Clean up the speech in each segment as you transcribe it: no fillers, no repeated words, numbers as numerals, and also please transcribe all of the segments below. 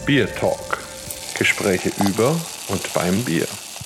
Bier Talk. Gespräche über und beim Bier.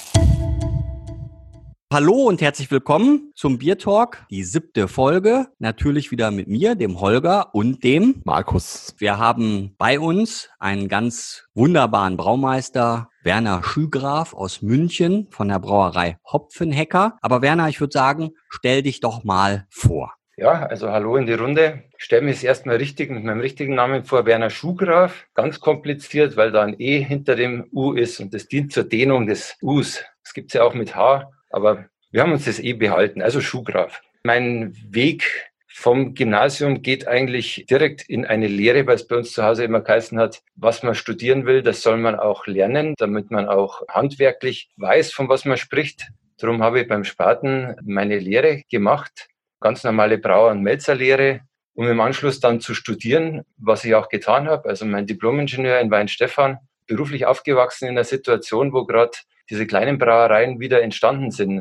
Hallo und herzlich willkommen zum Bier Talk, die 7. Folge. Natürlich wieder mit mir, dem Holger und dem Markus. Wir haben bei uns einen ganz wunderbaren Braumeister, Werner Schügraf aus München von der Brauerei Hopfenhecker. Aber Werner, ich würde sagen, stell dich doch mal vor. Ja, also hallo in die Runde. Ich stelle mich jetzt erstmal richtig mit meinem richtigen Namen vor, Werner Schügraf. Ganz kompliziert, weil da ein E hinter dem U ist und das dient zur Dehnung des Us. Das gibt es ja auch mit H, aber wir haben uns das E behalten, also Schügraf. Mein Weg vom Gymnasium geht eigentlich direkt in eine Lehre, weil es bei uns zu Hause immer geheißen hat, was man studieren will, das soll man auch lernen, damit man auch handwerklich weiß, von was man spricht. Darum habe ich beim Spaten meine Lehre gemacht. Ganz normale Brauer- und Melzerlehre, um im Anschluss dann zu studieren, was ich auch getan habe. Also mein Diplom-Ingenieur in Weinstefan, beruflich aufgewachsen in einer Situation, wo gerade diese kleinen Brauereien wieder entstanden sind.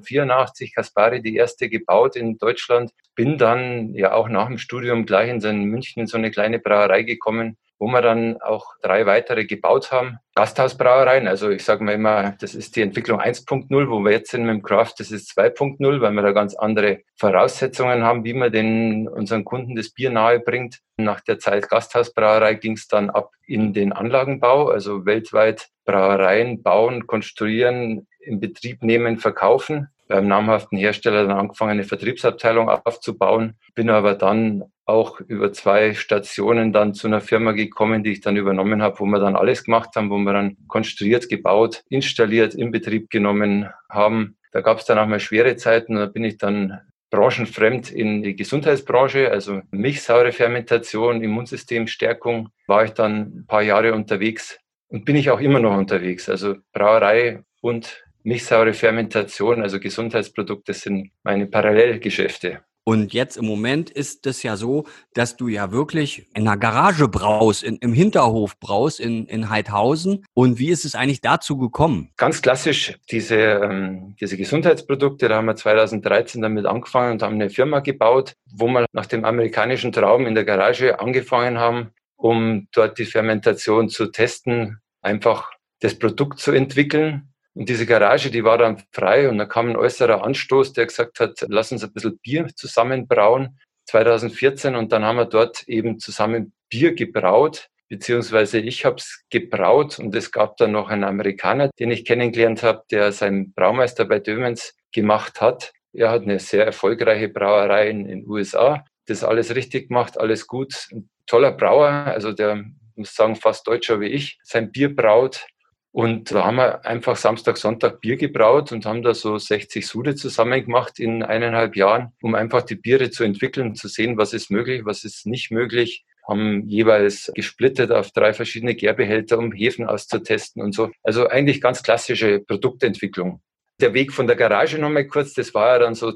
1984 Caspari, die erste gebaut in Deutschland. Bin dann ja auch nach dem Studium gleich in München in so eine kleine Brauerei gekommen, wo wir dann auch 3 weitere gebaut haben. Gasthausbrauereien, also ich sage mal immer, das ist die Entwicklung 1.0, wo wir jetzt sind mit dem Craft, das ist 2.0, weil wir da ganz andere Voraussetzungen haben, wie man unseren Kunden das Bier nahe bringt. Nach der Zeit Gasthausbrauerei ging es dann ab in den Anlagenbau, also weltweit Brauereien bauen, konstruieren, in Betrieb nehmen, verkaufen. Beim namhaften Hersteller dann angefangen, eine Vertriebsabteilung aufzubauen. Bin aber dann auch über 2 Stationen dann zu einer Firma gekommen, die ich dann übernommen habe, wo wir dann alles gemacht haben, wo wir dann konstruiert, gebaut, installiert, in Betrieb genommen haben. Da gab es dann auch mal schwere Zeiten. Da bin ich dann branchenfremd in die Gesundheitsbranche, also Milchsäurefermentation, Immunsystemstärkung, war ich dann ein paar Jahre unterwegs und bin ich auch immer noch unterwegs. Also Brauerei und Milchsäurefermentation, also Gesundheitsprodukte, sind meine Parallelgeschäfte. Und jetzt im Moment ist es ja so, dass du ja wirklich in einer Garage braust, im Hinterhof braust in Heidhausen. Und wie ist es eigentlich dazu gekommen? Ganz klassisch, diese Gesundheitsprodukte, da haben wir 2013 damit angefangen und haben eine Firma gebaut, wo wir nach dem amerikanischen Traum in der Garage angefangen haben, um dort die Fermentation zu testen, einfach das Produkt zu entwickeln. Und diese Garage, die war dann frei und da kam ein äußerer Anstoß, der gesagt hat, lass uns ein bisschen Bier zusammen brauen, 2014. Und dann haben wir dort eben zusammen Bier gebraut, beziehungsweise ich habe es gebraut und es gab dann noch einen Amerikaner, den ich kennengelernt habe, der seinen Braumeister bei Dömens gemacht hat. Er hat eine sehr erfolgreiche Brauerei in den USA, das alles richtig gemacht, alles gut. Ein toller Brauer, also der, muss sagen, fast Deutscher wie ich, sein Bier braut. Und da haben wir einfach Samstag, Sonntag Bier gebraut und haben da so 60 Sude zusammen gemacht in 1,5 Jahren, um einfach die Biere zu entwickeln, zu sehen, was ist möglich, was ist nicht möglich. Haben jeweils gesplittet auf 3 verschiedene Gärbehälter, um Hefen auszutesten und so. Also eigentlich ganz klassische Produktentwicklung. Der Weg von der Garage nochmal kurz, das war ja dann so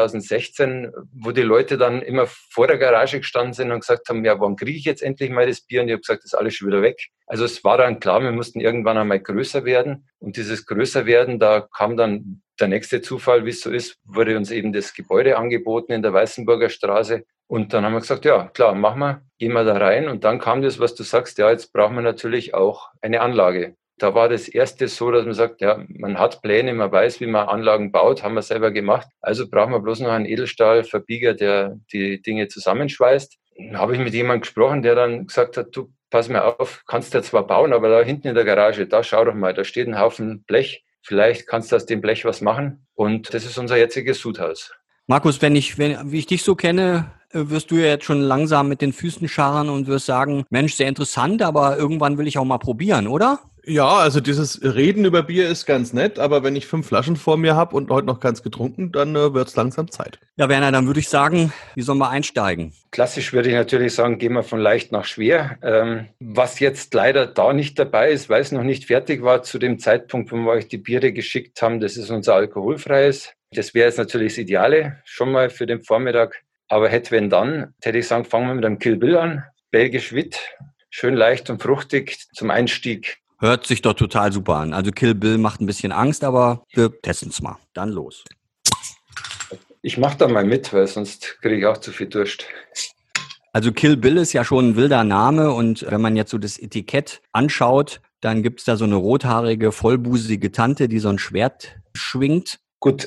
2016, wo die Leute dann immer vor der Garage gestanden sind und gesagt haben, ja, wann kriege ich jetzt endlich mal das Bier? Und ich habe gesagt, das ist alles schon wieder weg. Also es war dann klar, wir mussten irgendwann einmal größer werden. Und dieses Größerwerden, da kam dann der nächste Zufall, wie es so ist, wurde uns eben das Gebäude angeboten in der Weißenburger Straße. Und dann haben wir gesagt, ja, klar, machen wir, gehen wir da rein. Und dann kam das, was du sagst, ja, jetzt brauchen wir natürlich auch eine Anlage. Da war das erste so, dass man sagt, ja, man hat Pläne, man weiß, wie man Anlagen baut, haben wir selber gemacht. Also brauchen wir bloß noch einen Edelstahlverbieger, der die Dinge zusammenschweißt. Da habe ich mit jemandem gesprochen, der dann gesagt hat, du, pass mir auf, kannst ja zwar bauen, aber da hinten in der Garage, da schau doch mal, da steht ein Haufen Blech. Vielleicht kannst du aus dem Blech was machen. Und das ist unser jetziges Sudhaus. Markus, wie ich dich so kenne, wirst du ja jetzt schon langsam mit den Füßen scharren und wirst sagen, Mensch, sehr interessant, aber irgendwann will ich auch mal probieren, oder? Ja, also dieses Reden über Bier ist ganz nett, aber wenn ich 5 Flaschen vor mir habe und heute noch keins getrunken, dann wird es langsam Zeit. Ja, Werner, dann würde ich sagen, wie sollen wir einsteigen? Klassisch würde ich natürlich sagen, gehen wir von leicht nach schwer. Was jetzt leider da nicht dabei ist, weil es noch nicht fertig war zu dem Zeitpunkt, wo wir euch die Biere geschickt haben, das ist unser alkoholfreies. Das wäre jetzt natürlich das Ideale schon mal für den Vormittag. Aber wenn dann, hätte ich sagen, fangen wir mit einem Kill Bill an. Belgisch Witt, schön leicht und fruchtig zum Einstieg. Hört sich doch total super an. Also Kill Bill macht ein bisschen Angst, aber wir testen es mal. Dann los. Ich mache da mal mit, weil sonst kriege ich auch zu viel Durst. Also Kill Bill ist ja schon ein wilder Name und wenn man jetzt so das Etikett anschaut, dann gibt's da so eine rothaarige, vollbusige Tante, die so ein Schwert schwingt. Gut,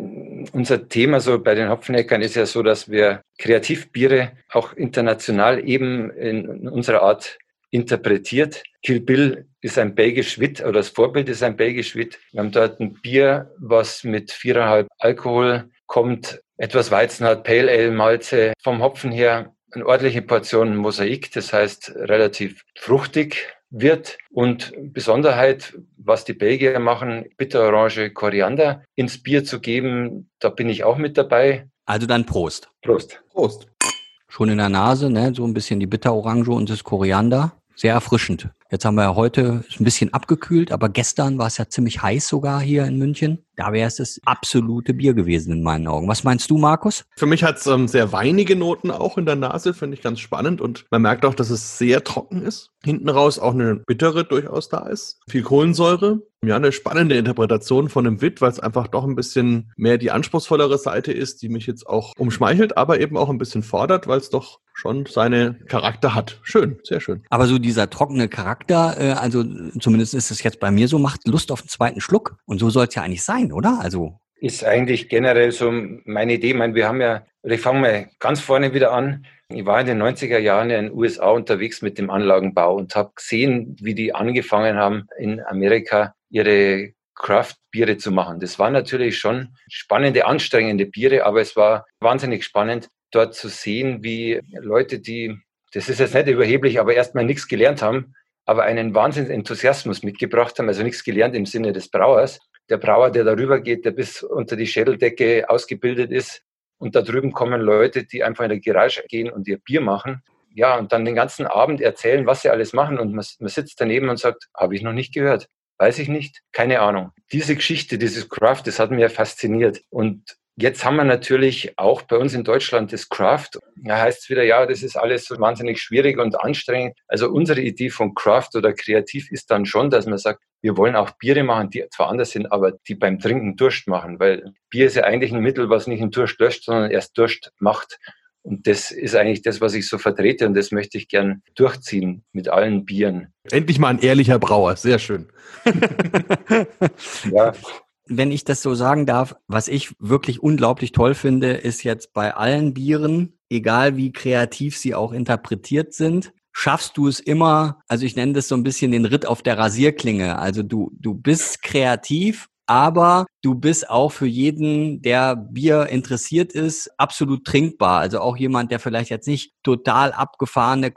unser Thema so bei den Hopfenheckern ist ja so, dass wir Kreativbiere auch international eben in unserer Art interpretiert. Kill Bill ist ein Belgisch Wit oder das Vorbild ist ein Belgisch Wit. Wir haben dort ein Bier, was mit 4,5 Alkohol kommt, etwas Weizen hat, Pale Ale, Malze, vom Hopfen her eine ordentliche Portion Mosaik, das heißt relativ fruchtig wird und Besonderheit, was die Belgier machen, Bitterorange, Koriander ins Bier zu geben, da bin ich auch mit dabei. Also dann Prost. Prost. Prost. Schon in der Nase, ne? So ein bisschen die Bitterorange und das Koriander. Sehr erfrischend. Jetzt haben wir ja heute ist ein bisschen abgekühlt, aber gestern war es ja ziemlich heiß sogar hier in München. Da wäre es das absolute Bier gewesen in meinen Augen. Was meinst du, Markus? Für mich hat es sehr weinige Noten auch in der Nase, finde ich ganz spannend. Und man merkt auch, dass es sehr trocken ist. Hinten raus auch eine bittere durchaus da ist. Viel Kohlensäure. Ja, eine spannende Interpretation von einem Wit, weil es einfach doch ein bisschen mehr die anspruchsvollere Seite ist, die mich jetzt auch umschmeichelt, aber eben auch ein bisschen fordert, weil es doch schon seine Charakter hat. Schön, sehr schön. Aber so dieser trockene Charakter, also zumindest ist es jetzt bei mir so, macht Lust auf den zweiten Schluck. Und so soll es ja eigentlich sein, oder? Also Ist eigentlich generell so meine Idee. Ich meine, ich fange mal ganz vorne wieder an. Ich war in den 90er Jahren in den USA unterwegs mit dem Anlagenbau und habe gesehen, wie die angefangen haben, in Amerika ihre Craft-Biere zu machen. Das waren natürlich schon spannende, anstrengende Biere, aber es war wahnsinnig spannend, dort zu sehen, wie Leute, das ist jetzt nicht überheblich, aber erstmal nichts gelernt haben, aber einen wahnsinnigen Enthusiasmus mitgebracht haben, also nichts gelernt im Sinne des Brauers. Der Brauer, der darüber geht, der bis unter die Schädeldecke ausgebildet ist. Und da drüben kommen Leute, die einfach in der Garage gehen und ihr Bier machen. Ja, und dann den ganzen Abend erzählen, was sie alles machen. Und man sitzt daneben und sagt, habe ich noch nicht gehört. Weiß ich nicht, keine Ahnung. Diese Geschichte, dieses Craft, das hat mich fasziniert. Und jetzt haben wir natürlich auch bei uns in Deutschland das Craft. Ja, heißt es wieder, ja, das ist alles so wahnsinnig schwierig und anstrengend. Also unsere Idee von Craft oder kreativ ist dann schon, dass man sagt, wir wollen auch Biere machen, die zwar anders sind, aber die beim Trinken Durst machen. Weil Bier ist ja eigentlich ein Mittel, was nicht einen Durst löscht, sondern erst Durst macht. Und das ist eigentlich das, was ich so vertrete und das möchte ich gern durchziehen mit allen Bieren. Endlich mal ein ehrlicher Brauer, sehr schön. Ja. wenn ich das so sagen darf, was ich wirklich unglaublich toll finde, ist jetzt bei allen Bieren, egal wie kreativ sie auch interpretiert sind, schaffst du es immer, also ich nenne das so ein bisschen den Ritt auf der Rasierklinge. Also du bist kreativ, aber du bist auch für jeden, der Bier interessiert ist, absolut trinkbar. Also auch jemand, der vielleicht jetzt nicht total abgefahrene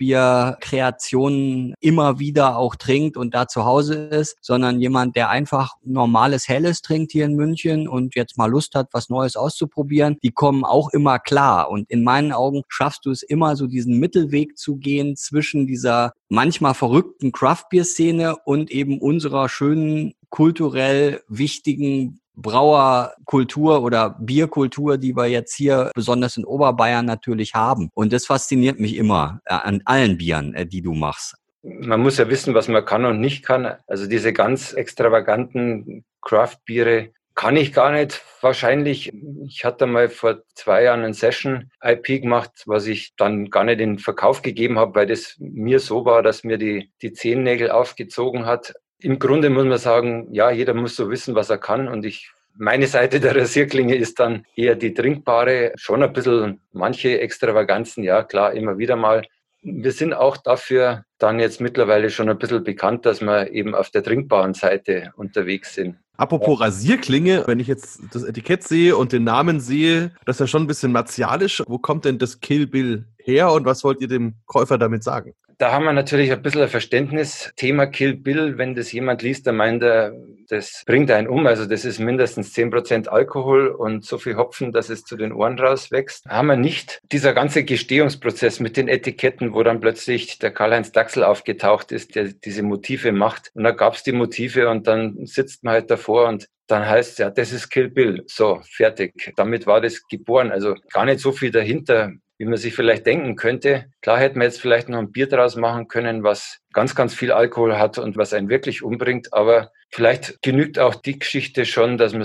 Craft-Bier-Kreationen immer wieder auch trinkt und da zu Hause ist, sondern jemand, der einfach normales Helles trinkt hier in München und jetzt mal Lust hat, was Neues auszuprobieren, die kommen auch immer klar. Und in meinen Augen schaffst du es immer, so diesen Mittelweg zu gehen zwischen dieser manchmal verrückten Craft-Bier-Szene und eben unserer schönen, kulturell wichtigen Brauerkultur oder Bierkultur, die wir jetzt hier besonders in Oberbayern natürlich haben. Und das fasziniert mich immer an allen Bieren, die du machst. Man muss ja wissen, was man kann und nicht kann. Also diese ganz extravaganten Craft-Biere kann ich gar nicht. Wahrscheinlich, ich hatte mal vor 2 Jahren ein Session-IP gemacht, was ich dann gar nicht in den Verkauf gegeben habe, weil das mir so war, dass mir die Zehennägel aufgezogen hat. Im Grunde muss man sagen, ja, jeder muss so wissen, was er kann. Und meine Seite der Rasierklinge ist dann eher die trinkbare, schon ein bisschen manche Extravaganzen, ja klar, immer wieder mal. Wir sind auch dafür dann jetzt mittlerweile schon ein bisschen bekannt, dass wir eben auf der trinkbaren Seite unterwegs sind. Apropos Rasierklinge, wenn ich jetzt das Etikett sehe und den Namen sehe, das ist ja schon ein bisschen martialisch. Wo kommt denn das Kill Bill her und was wollt ihr dem Käufer damit sagen? Da haben wir natürlich ein bisschen ein Verständnis. Thema Kill Bill, wenn das jemand liest, dann meint er, das bringt einen um. Also das ist mindestens 10% Alkohol und so viel Hopfen, dass es zu den Ohren rauswächst. Haben wir nicht. Dieser ganze Gestehungsprozess mit den Etiketten, wo dann plötzlich der Karl-Heinz Dachsel aufgetaucht ist, der diese Motive macht. Und da gab es die Motive und dann sitzt man halt davor und dann heißt es ja, das ist Kill Bill. So, fertig. Damit war das geboren. Also gar nicht so viel dahinter, wie man sich vielleicht denken könnte. Klar hätten wir jetzt vielleicht noch ein Bier draus machen können, was ganz, ganz viel Alkohol hat und was einen wirklich umbringt. Aber vielleicht genügt auch die Geschichte schon, dass man sagt,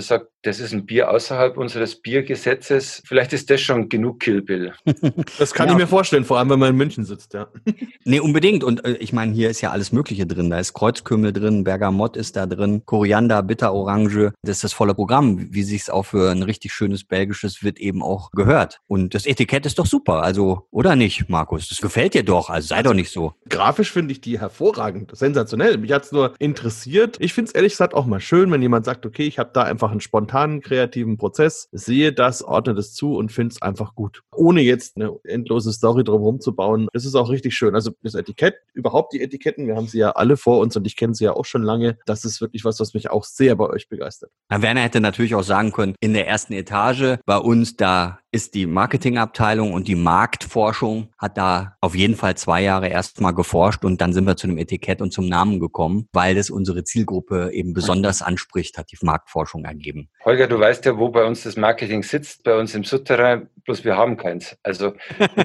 das ist ein Bier außerhalb unseres Biergesetzes. Vielleicht ist das schon genug Kill Bill. Das kann ich mir vorstellen, vor allem wenn man in München sitzt, ja. Nee, unbedingt. Und ich meine, hier ist ja alles Mögliche drin. Da ist Kreuzkümmel drin, Bergamott ist da drin, Koriander, Bitterorange. Das ist das volle Programm, wie sich's auch für ein richtig schönes belgisches Wirt eben auch gehört. Und das Etikett ist doch super. Also, oder nicht, Markus? Das gefällt dir doch. Also sei doch nicht so. Grafisch finde ich die hervorragend, sensationell. Mich hat's nur interessiert. Ich finde es ehrlich gesagt auch mal schön, wenn jemand sagt, okay, ich habe da einfach einen spontanen, kreativen Prozess, sehe das, ordne das zu und finde es einfach gut. Ohne jetzt eine endlose Story drumherum zu bauen. Das ist auch richtig schön. Also das Etikett, überhaupt die Etiketten, wir haben sie ja alle vor uns und ich kenne sie ja auch schon lange. Das ist wirklich was mich auch sehr bei euch begeistert. Herr Werner hätte natürlich auch sagen können, in der ersten Etage bei uns, da ist die Marketingabteilung und die Marktforschung hat da auf jeden Fall 2 Jahre erstmal geforscht und dann sind wir zu dem Etikett und zum Namen gekommen, weil das unsere Zielgruppe eben besonders anspricht, hat die Marktforschung ergeben. Holger, du weißt ja, wo bei uns das Marketing sitzt, bei uns im Souterrain, bloß wir haben keins. Also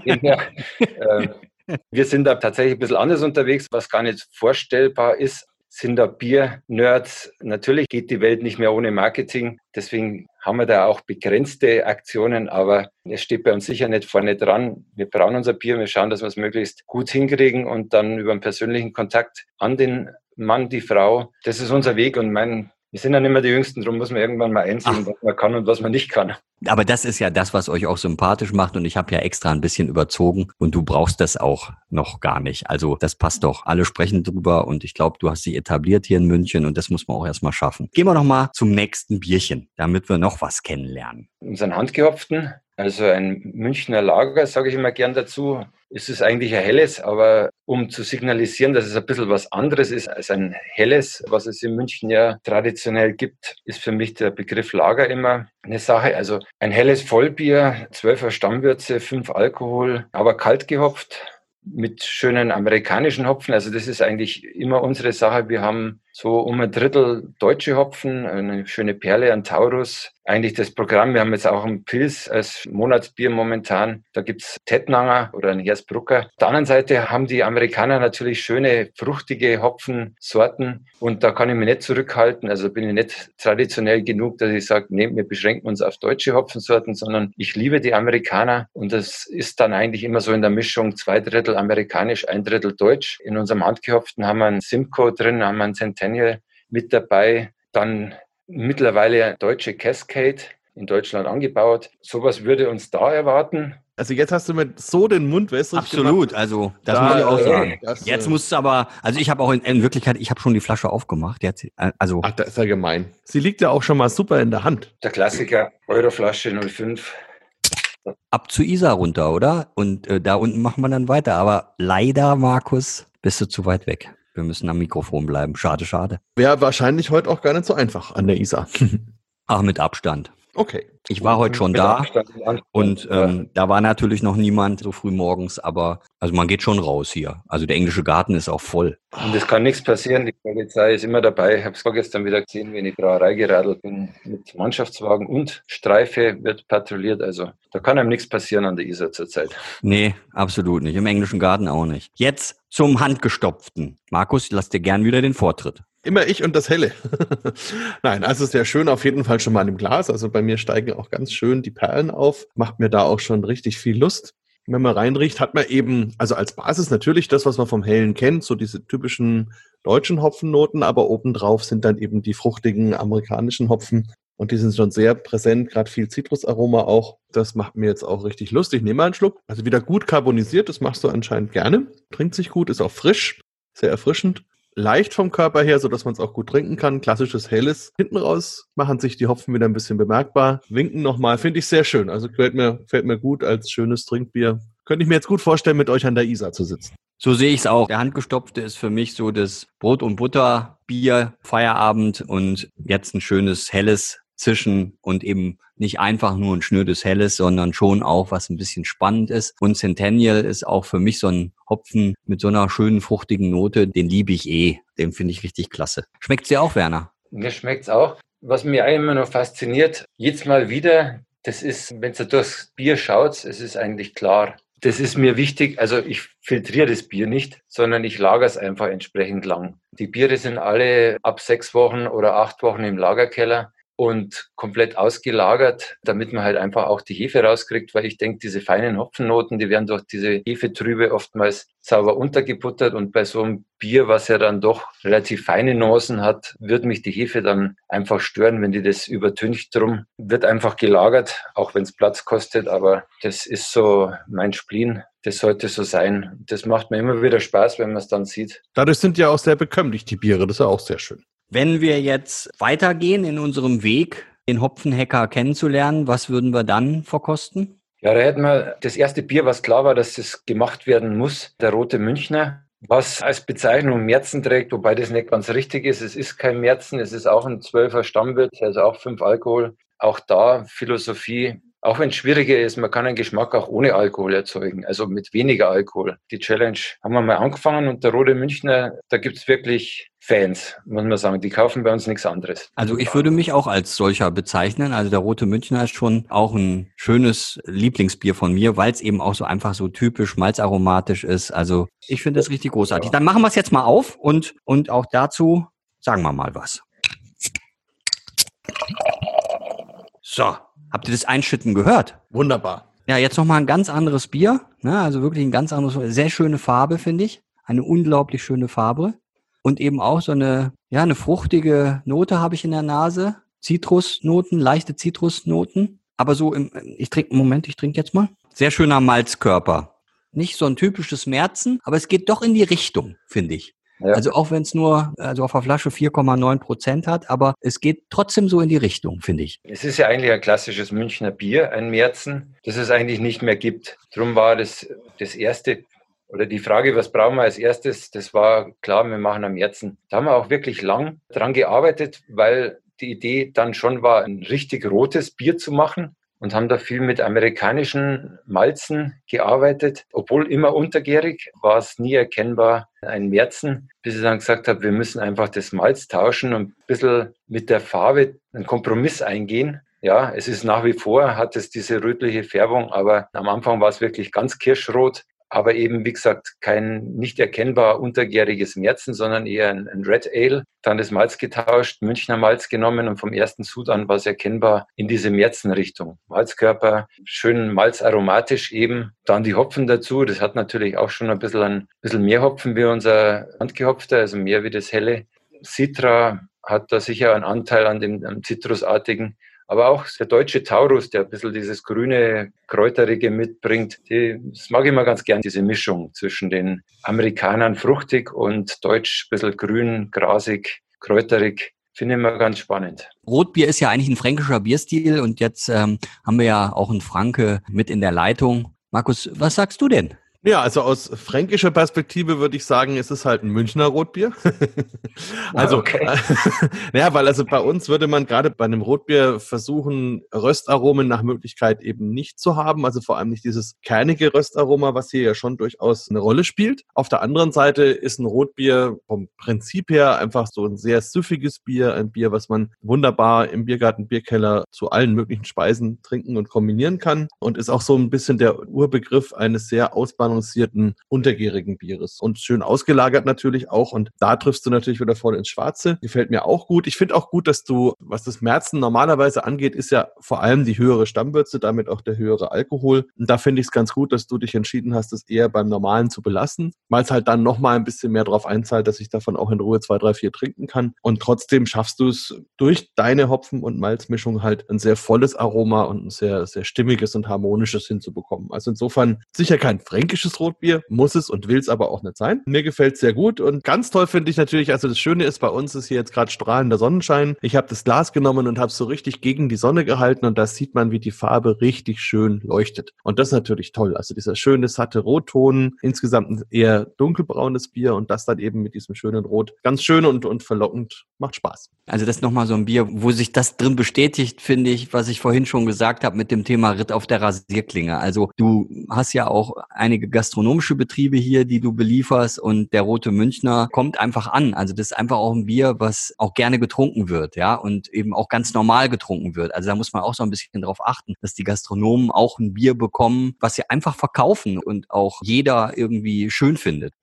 wir sind da tatsächlich ein bisschen anders unterwegs, was gar nicht vorstellbar ist. Sind da Bier-Nerds. Natürlich geht die Welt nicht mehr ohne Marketing. Deswegen haben wir da auch begrenzte Aktionen, aber es steht bei uns sicher nicht vorne dran. Wir brauchen unser Bier, wir schauen, dass wir es möglichst gut hinkriegen und dann über einen persönlichen Kontakt an den Mann, die Frau. Das ist unser Weg und wir sind ja nicht mehr die Jüngsten, darum muss man irgendwann mal einsehen, was man kann und was man nicht kann. Aber das ist ja das, was euch auch sympathisch macht und ich habe ja extra ein bisschen überzogen und du brauchst das auch noch gar nicht. Also das passt doch. Alle sprechen drüber und ich glaube, du hast dich etabliert hier in München und das muss man auch erstmal schaffen. Gehen wir noch mal zum nächsten Bierchen, damit wir noch was kennenlernen. Unseren handgehopften, also ein Münchner Lager, sage ich immer gern dazu. Es ist eigentlich ein helles, aber um zu signalisieren, dass es ein bisschen was anderes ist als ein helles, was es in München ja traditionell gibt, ist für mich der Begriff Lager immer eine Sache. Also ein helles Vollbier, 12er Stammwürze, 5 Alkohol, aber kalt gehopft mit schönen amerikanischen Hopfen. Also das ist eigentlich immer unsere Sache. Wir haben so um ein Drittel deutsche Hopfen, eine schöne Perle, ein Taurus. Eigentlich das Programm, wir haben jetzt auch ein Pils als Monatsbier momentan. Da gibt's Tettnanger oder ein Hersbrucker. Auf der anderen Seite haben die Amerikaner natürlich schöne, fruchtige Hopfensorten und da kann ich mich nicht zurückhalten. Also bin ich nicht traditionell genug, dass ich sage, nee, wir beschränken uns auf deutsche Hopfensorten, sondern ich liebe die Amerikaner und das ist dann eigentlich immer so in der Mischung 2 Drittel amerikanisch, 1 Drittel deutsch. In unserem handgehopften haben wir einen Simcoe drin, haben wir einen Centennial mit dabei, dann mittlerweile deutsche Cascade in Deutschland angebaut. Sowas würde uns da erwarten. Also jetzt hast du mir so den Mund wässrig Absolut, gemacht. also das muss ich auch sagen. Das, Jetzt musst du aber, also ich habe auch in Wirklichkeit, ich habe schon die Flasche aufgemacht. Jetzt, also Ach, das ist ja gemein. Sie liegt ja auch schon mal super in der Hand. Der Klassiker, Euroflasche 05. ab zu Isar runter, oder? Und da unten machen wir dann weiter. Aber leider, Markus, bist du zu weit weg. Wir müssen am Mikrofon bleiben. Schade, schade. Wäre wahrscheinlich heute auch gar nicht so einfach an der Isar. Ach, mit Abstand. Okay. Ich war heute schon da und da war natürlich noch niemand so früh morgens, aber also man geht schon raus hier. Also der englische Garten ist auch voll. Und es kann nichts passieren, die Polizei ist immer dabei. Ich habe es vorgestern wieder gesehen, wie in die Brauerei geradelt bin mit Mannschaftswagen und Streife wird patrouilliert. Also da kann einem nichts passieren an der Isar zurzeit. Nee, absolut nicht. Im englischen Garten auch nicht. Jetzt zum Handgestopften. Markus, lass dir gern wieder den Vortritt. Immer ich und das Helle. Nein, also sehr schön auf jeden Fall schon mal im Glas. Also bei mir steigen auch ganz schön die Perlen auf. Macht mir da auch schon richtig viel Lust. Wenn man reinriecht, hat man eben, also als Basis natürlich das, was man vom Hellen kennt, so diese typischen deutschen Hopfennoten, aber obendrauf sind dann eben die fruchtigen amerikanischen Hopfen. Und die sind schon sehr präsent, gerade viel Zitrusaroma auch. Das macht mir jetzt auch richtig Lust. Ich nehme mal einen Schluck. Also wieder gut carbonisiert, das machst du anscheinend gerne. Trinkt sich gut, ist auch frisch, sehr erfrischend. Leicht vom Körper her, sodass man es auch gut trinken kann. Klassisches Helles. Hinten raus machen sich die Hopfen wieder ein bisschen bemerkbar. Winken nochmal, finde ich sehr schön. Also gefällt mir gut als schönes Trinkbier. Könnte ich mir jetzt gut vorstellen, mit euch an der Isar zu sitzen. So sehe ich es auch. Der Handgestopfte ist für mich so das Brot- und Butter-Bier, Feierabend und jetzt ein schönes Helles Zischen und eben nicht einfach nur ein schnödes Helles, sondern schon auch was ein bisschen spannend ist. Und Centennial ist auch für mich so ein Hopfen mit so einer schönen, fruchtigen Note. Den liebe ich eh. Den finde ich richtig klasse. Schmeckt's dir auch, Werner? Mir schmeckt's auch. Was mir auch immer noch fasziniert, jetzt mal wieder, das ist, wenn ihr durchs Bier schaut, es ist eigentlich klar. Das ist mir wichtig, also ich filtriere das Bier nicht, sondern ich lagere es einfach entsprechend lang. Die Biere sind alle ab 6 Wochen oder 8 Wochen im Lagerkeller. und komplett ausgelagert, damit man halt einfach auch die Hefe rauskriegt, weil ich denke, diese feinen Hopfennoten, die werden durch diese Hefetrübe oftmals sauber untergebuttert und bei so einem Bier, was ja dann doch relativ feine Nuancen hat, wird mich die Hefe dann einfach stören, wenn die das übertüncht. Drum wird einfach gelagert, auch wenn es Platz kostet, aber das ist so mein Spleen. Das sollte so sein. Das macht mir immer wieder Spaß, wenn man es dann sieht. Dadurch sind ja auch sehr bekömmlich, die Biere. Das ist ja auch sehr schön. Wenn wir jetzt weitergehen in unserem Weg, den Hopfenhecker kennenzulernen, was würden wir dann verkosten? Ja, da hätten wir das erste Bier, was klar war, dass das gemacht werden muss, der Rote Münchner, was als Bezeichnung Märzen trägt, wobei das nicht ganz richtig ist. Es ist kein Märzen, es ist auch ein 12er Stammwirt, also auch 5 Alkohol. Auch da Philosophie, auch wenn es schwieriger ist, man kann einen Geschmack auch ohne Alkohol erzeugen, also mit weniger Alkohol. Die Challenge haben wir mal angefangen und der Rote Münchner, da gibt's wirklich Fans, muss man sagen. Die kaufen bei uns nichts anderes. Also ich würde mich auch als solcher bezeichnen. Also der Rote Münchner ist schon auch ein schönes Lieblingsbier von mir, weil es eben auch so einfach so typisch malzaromatisch ist. Also ich finde das richtig großartig. Dann machen wir es jetzt mal auf und auch dazu sagen wir mal was. So, habt ihr das Einschütten gehört? Wunderbar. Ja, jetzt nochmal ein ganz anderes Bier. Ne? Also wirklich ein ganz anderes, sehr schöne Farbe, finde ich. Eine unglaublich schöne Farbe. Und eben auch so eine fruchtige Note habe ich in der Nase. Zitrusnoten, leichte Zitrusnoten. Aber so ich trinke jetzt mal. Sehr schöner Malzkörper. Nicht so ein typisches Märzen, aber es geht doch in die Richtung, finde ich. Ja. Also auch wenn es nur, auf der Flasche 4,9% hat, aber es geht trotzdem so in die Richtung, finde ich. Es ist ja eigentlich ein klassisches Münchner Bier, ein Märzen, das es eigentlich nicht mehr gibt. Drum war das erste, oder die Frage, was brauchen wir als erstes, das war klar, wir machen ein Märzen. Da haben wir auch wirklich lang dran gearbeitet, weil die Idee dann schon war, ein richtig rotes Bier zu machen. Und haben da viel mit amerikanischen Malzen gearbeitet. Obwohl immer untergärig, war es nie erkennbar ein Märzen, bis ich dann gesagt habe, wir müssen einfach das Malz tauschen und ein bisschen mit der Farbe einen Kompromiss eingehen. Ja, es ist nach wie vor, hat es diese rötliche Färbung, aber am Anfang war es wirklich ganz kirschrot. Aber eben, wie gesagt, kein nicht erkennbar untergäriges Märzen, sondern eher ein Red Ale. Dann das Malz getauscht, Münchner Malz genommen und vom ersten Sud an war es erkennbar in diese Märzenrichtung. Malzkörper, schön malzaromatisch eben. Dann die Hopfen dazu. Das hat natürlich auch schon ein bisschen mehr Hopfen wie unser handgehopfter, also mehr wie das helle. Citra hat da sicher einen Anteil an dem Zitrusartigen. Aber auch der deutsche Taurus, der ein bisschen dieses grüne, kräuterige mitbringt, das mag ich immer ganz gern, diese Mischung zwischen den Amerikanern fruchtig und deutsch ein bisschen grün, grasig, kräuterig. Finde ich immer ganz spannend. Rotbier ist ja eigentlich ein fränkischer Bierstil und jetzt haben wir ja auch einen Franke mit in der Leitung. Markus, was sagst du denn? Ja, also aus fränkischer Perspektive würde ich sagen, es ist halt ein Münchner Rotbier. Also, okay. Ja, weil also bei uns würde man gerade bei einem Rotbier versuchen, Röstaromen nach Möglichkeit eben nicht zu haben. Also vor allem nicht dieses kernige Röstaroma, was hier ja schon durchaus eine Rolle spielt. Auf der anderen Seite ist ein Rotbier vom Prinzip her einfach so ein sehr süffiges Bier, ein Bier, was man wunderbar im Biergarten, Bierkeller zu allen möglichen Speisen trinken und kombinieren kann und ist auch so ein bisschen der Urbegriff eines sehr ausbalancierten, untergärigen Bieres und schön ausgelagert natürlich auch und da triffst du natürlich wieder voll ins Schwarze. Gefällt mir auch gut. Ich finde auch gut, dass du, was das Märzen normalerweise angeht, ist ja vor allem die höhere Stammwürze, damit auch der höhere Alkohol und da finde ich es ganz gut, dass du dich entschieden hast, das eher beim Normalen zu belassen, weil es halt dann nochmal ein bisschen mehr drauf einzahlt, dass ich davon auch in Ruhe 2, 3, 4 trinken kann und trotzdem schaffst du es durch deine Hopfen- und Malzmischung halt ein sehr volles Aroma und ein sehr, sehr stimmiges und harmonisches hinzubekommen. Also insofern sicher kein fränkisches Rotbier, muss es und will es aber auch nicht sein. Mir gefällt es sehr gut und ganz toll finde ich natürlich, also das Schöne ist, bei uns ist hier jetzt gerade strahlender Sonnenschein. Ich habe das Glas genommen und habe es so richtig gegen die Sonne gehalten und da sieht man, wie die Farbe richtig schön leuchtet. Und das ist natürlich toll. Also dieser schöne, satte Rotton, insgesamt ein eher dunkelbraunes Bier und das dann eben mit diesem schönen Rot. Ganz schön und verlockend, macht Spaß. Also das ist nochmal so ein Bier, wo sich das drin bestätigt, finde ich, was ich vorhin schon gesagt habe mit dem Thema Ritt auf der Rasierklinge. Also du hast ja auch einige gastronomische Betriebe hier, die du belieferst und der Rote Münchner kommt einfach an. Also das ist einfach auch ein Bier, was auch gerne getrunken wird, ja, und eben auch ganz normal getrunken wird. Also da muss man auch so ein bisschen drauf achten, dass die Gastronomen auch ein Bier bekommen, was sie einfach verkaufen und auch jeder irgendwie schön findet.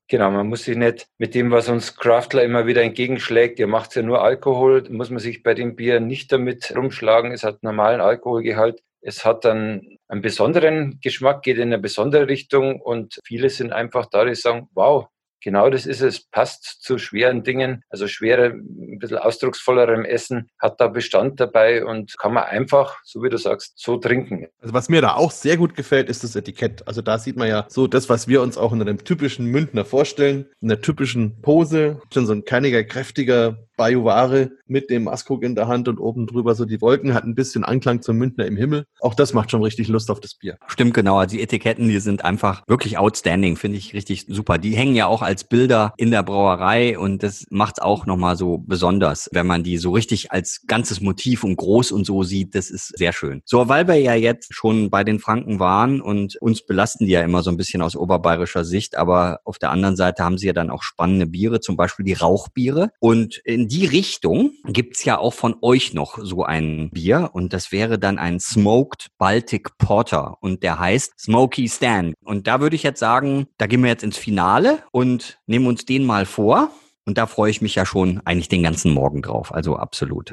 Genau, man muss sich nicht mit dem, was uns Craftler immer wieder entgegenschlägt, ihr macht ja nur Alkohol, muss man sich bei dem Bier nicht damit rumschlagen. Es hat normalen Alkoholgehalt. Es hat dann einen besonderen Geschmack, geht in eine besondere Richtung und viele sind einfach da, die sagen, wow, genau das ist es, passt zu schweren Dingen, also schwere, ein bisschen ausdrucksvollerem Essen, hat da Bestand dabei und kann man einfach, so wie du sagst, so trinken. Also was mir da auch sehr gut gefällt, ist das Etikett. Also da sieht man ja so das, was wir uns auch in einem typischen Münchner vorstellen, in einer typischen Pose, schon so ein keiniger, kräftiger Bajuware mit dem Maskog in der Hand und oben drüber so die Wolken, hat ein bisschen Anklang zum Münchner im Himmel. Auch das macht schon richtig Lust auf das Bier. Stimmt, genau. Also die Etiketten, die sind einfach wirklich outstanding, finde ich richtig super. Die hängen ja auch als Bilder in der Brauerei und das macht es auch nochmal so besonders, wenn man die so richtig als ganzes Motiv und groß und so sieht. Das ist sehr schön. So, weil wir ja jetzt schon bei den Franken waren und uns belasten die ja immer so ein bisschen aus oberbayerischer Sicht, aber auf der anderen Seite haben sie ja dann auch spannende Biere, zum Beispiel die Rauchbiere. Und in die Richtung gibt's ja auch von euch noch so ein Bier und das wäre dann ein Smoked Baltic Porter und der heißt Smoky Stan. Und da würde ich jetzt sagen, da gehen wir jetzt ins Finale und nehmen uns den mal vor. Und da freue ich mich ja schon eigentlich den ganzen Morgen drauf. Also absolut.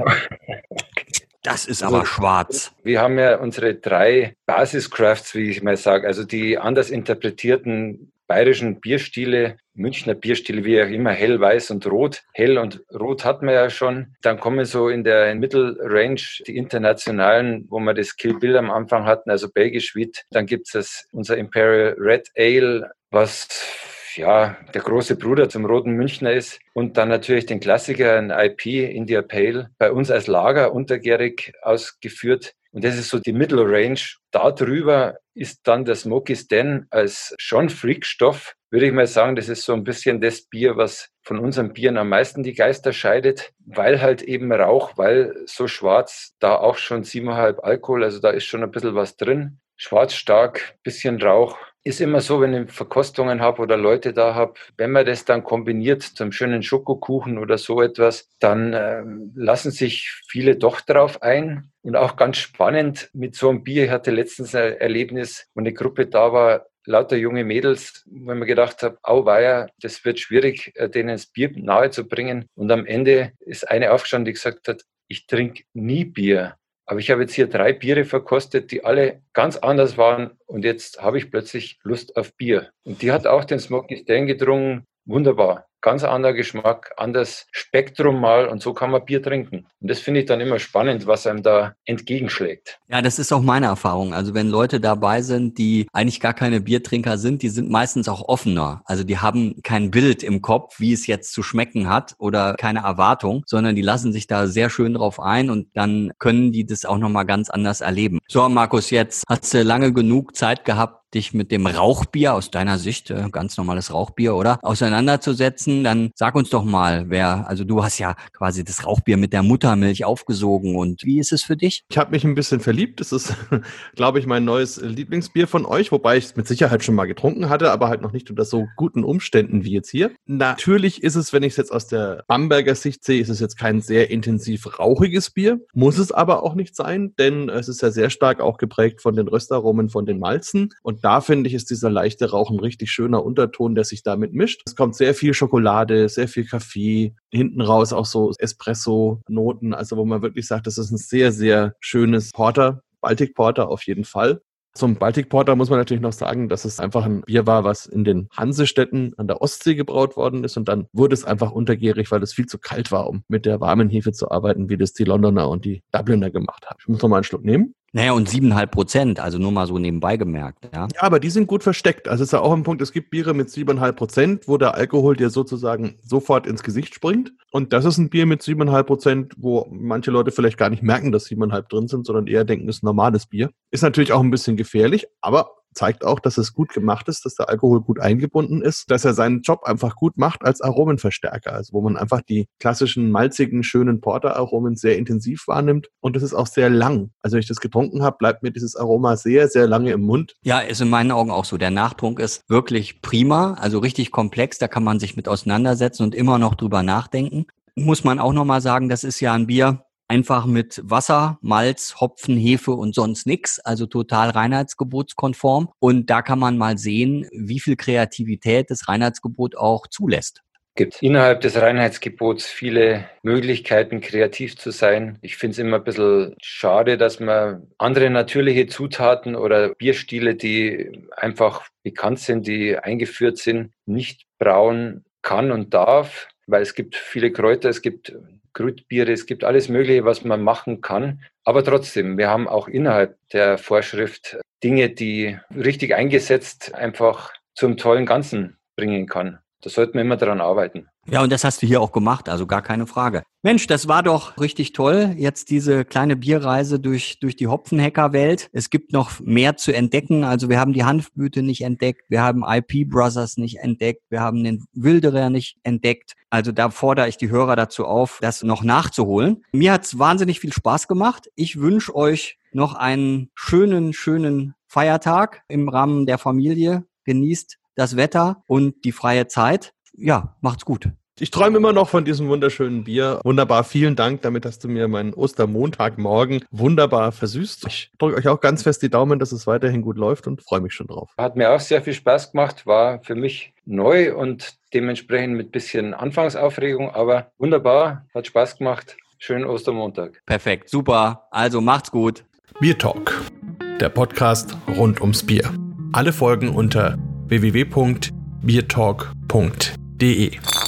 Das ist aber schwarz. Wir haben ja unsere 3 Basis-Crafts, wie ich mal sage, also die anders interpretierten bayerischen Bierstile, Münchner Bierstile, wie auch immer, hell, weiß und rot. Hell und rot hatten wir ja schon. Dann kommen so in der Mittelrange die internationalen, wo wir das Kill Bill am Anfang hatten, also belgisch Wheat. Dann gibt es unser Imperial Red Ale, was ja der große Bruder zum Roten Münchner ist. Und dann natürlich den Klassiker, ein IP, India Pale, bei uns als Lager untergärig ausgeführt. Und das ist so die Middle Range. Darüber ist dann der Smoky Stan als schon Freakstoff, würde ich mal sagen. Das ist so ein bisschen das Bier, was von unseren Bieren am meisten die Geister scheidet, weil halt eben Rauch, weil so schwarz, da auch schon 7,5 Alkohol, also da ist schon ein bisschen was drin. Schwarz stark, bisschen Rauch. Ist immer so, wenn ich Verkostungen habe oder Leute da habe, wenn man das dann kombiniert zum schönen Schokokuchen oder so etwas, dann lassen sich viele doch drauf ein. Und auch ganz spannend mit so einem Bier. Ich hatte letztens ein Erlebnis, wo eine Gruppe da war, lauter junge Mädels, wo ich mir gedacht habe, auweia, das wird schwierig, denen das Bier nahe zu bringen. Und am Ende ist eine aufgestanden, die gesagt hat, ich trinke nie Bier. Aber ich habe jetzt hier 3 Biere verkostet, die alle ganz anders waren. Und jetzt habe ich plötzlich Lust auf Bier. Und die hat auch den Smoky Stan getrunken. Wunderbar. Ganz anderer Geschmack, anderes Spektrum mal und so kann man Bier trinken. Und das finde ich dann immer spannend, was einem da entgegenschlägt. Ja, das ist auch meine Erfahrung. Also wenn Leute dabei sind, die eigentlich gar keine Biertrinker sind, die sind meistens auch offener. Also die haben kein Bild im Kopf, wie es jetzt zu schmecken hat oder keine Erwartung, sondern die lassen sich da sehr schön drauf ein und dann können die das auch nochmal ganz anders erleben. So, Markus, jetzt hast du lange genug Zeit gehabt, dich mit dem Rauchbier aus deiner Sicht, ganz normales Rauchbier, oder, auseinanderzusetzen, dann sag uns doch mal, also du hast ja quasi das Rauchbier mit der Muttermilch aufgesogen und wie ist es für dich? Ich habe mich ein bisschen verliebt. Das ist, glaube ich, mein neues Lieblingsbier von euch, wobei ich es mit Sicherheit schon mal getrunken hatte, aber halt noch nicht unter so guten Umständen wie jetzt hier. Natürlich ist es, wenn ich es jetzt aus der Bamberger Sicht sehe, ist es jetzt kein sehr intensiv rauchiges Bier, muss es aber auch nicht sein, denn es ist ja sehr stark auch geprägt von den Röstaromen, von den Malzen und da finde ich, ist dieser leichte Rauch ein richtig schöner Unterton, der sich damit mischt. Es kommt sehr viel Schokolade, sehr viel Kaffee, hinten raus auch so Espresso-Noten, also wo man wirklich sagt, das ist ein sehr, sehr schönes Porter, Baltic Porter auf jeden Fall. Zum Baltic Porter muss man natürlich noch sagen, dass es einfach ein Bier war, was in den Hansestädten an der Ostsee gebraut worden ist und dann wurde es einfach untergärig, weil es viel zu kalt war, um mit der warmen Hefe zu arbeiten, wie das die Londoner und die Dubliner gemacht haben. Ich muss noch mal einen Schluck nehmen. Naja, und 7,5%, also nur mal so nebenbei gemerkt. Ja, Ja, aber die sind gut versteckt. Also ist ja auch ein Punkt, es gibt Biere mit 7,5%, wo der Alkohol dir sozusagen sofort ins Gesicht springt. Und das ist ein Bier mit 7,5%, wo manche Leute vielleicht gar nicht merken, dass 7,5 drin sind, sondern eher denken, es ist ein normales Bier. Ist natürlich auch ein bisschen gefährlich, aber zeigt auch, dass es gut gemacht ist, dass der Alkohol gut eingebunden ist, dass er seinen Job einfach gut macht als Aromenverstärker, also wo man einfach die klassischen malzigen, schönen Porter-Aromen sehr intensiv wahrnimmt und das ist auch sehr lang. Also wenn ich das getrunken habe, bleibt mir dieses Aroma sehr, sehr lange im Mund. Ja, ist in meinen Augen auch so. Der Nachtrunk ist wirklich prima, also richtig komplex, da kann man sich mit auseinandersetzen und immer noch drüber nachdenken. Muss man auch nochmal sagen, das ist ja ein Bier, einfach mit Wasser, Malz, Hopfen, Hefe und sonst nix, also total reinheitsgebotskonform. Und da kann man mal sehen, wie viel Kreativität das Reinheitsgebot auch zulässt. Es gibt innerhalb des Reinheitsgebots viele Möglichkeiten, kreativ zu sein. Ich finde es immer ein bisschen schade, dass man andere natürliche Zutaten oder Bierstile, die einfach bekannt sind, die eingeführt sind, nicht brauen kann und darf, weil es gibt viele Kräuter, es gibt Grütbiere, es gibt alles Mögliche, was man machen kann. Aber trotzdem, wir haben auch innerhalb der Vorschrift Dinge, die richtig eingesetzt einfach zum tollen Ganzen bringen kann. Da sollten wir immer daran arbeiten. Ja, und das hast du hier auch gemacht, also gar keine Frage. Mensch, das war doch richtig toll, jetzt diese kleine Bierreise durch die Hopfenhacker-Welt. Es gibt noch mehr zu entdecken, also wir haben die Hanfblüte nicht entdeckt, wir haben IP Brothers nicht entdeckt, wir haben den Wilderer nicht entdeckt. Also da fordere ich die Hörer dazu auf, das noch nachzuholen. Mir hat's wahnsinnig viel Spaß gemacht. Ich wünsche euch noch einen schönen Feiertag im Rahmen der Familie. Genießt das Wetter und die freie Zeit. Ja, macht's gut. Ich träume immer noch von diesem wunderschönen Bier. Wunderbar, vielen Dank. Damit hast du mir meinen Ostermontagmorgen wunderbar versüßt. Ich drücke euch auch ganz fest die Daumen, dass es weiterhin gut läuft und freue mich schon drauf. Hat mir auch sehr viel Spaß gemacht, war für mich neu und dementsprechend mit ein bisschen Anfangsaufregung, aber wunderbar, hat Spaß gemacht. Schönen Ostermontag. Perfekt, super. Also macht's gut. Bier Talk, der Podcast rund ums Bier. Alle Folgen unter www.biertalk.de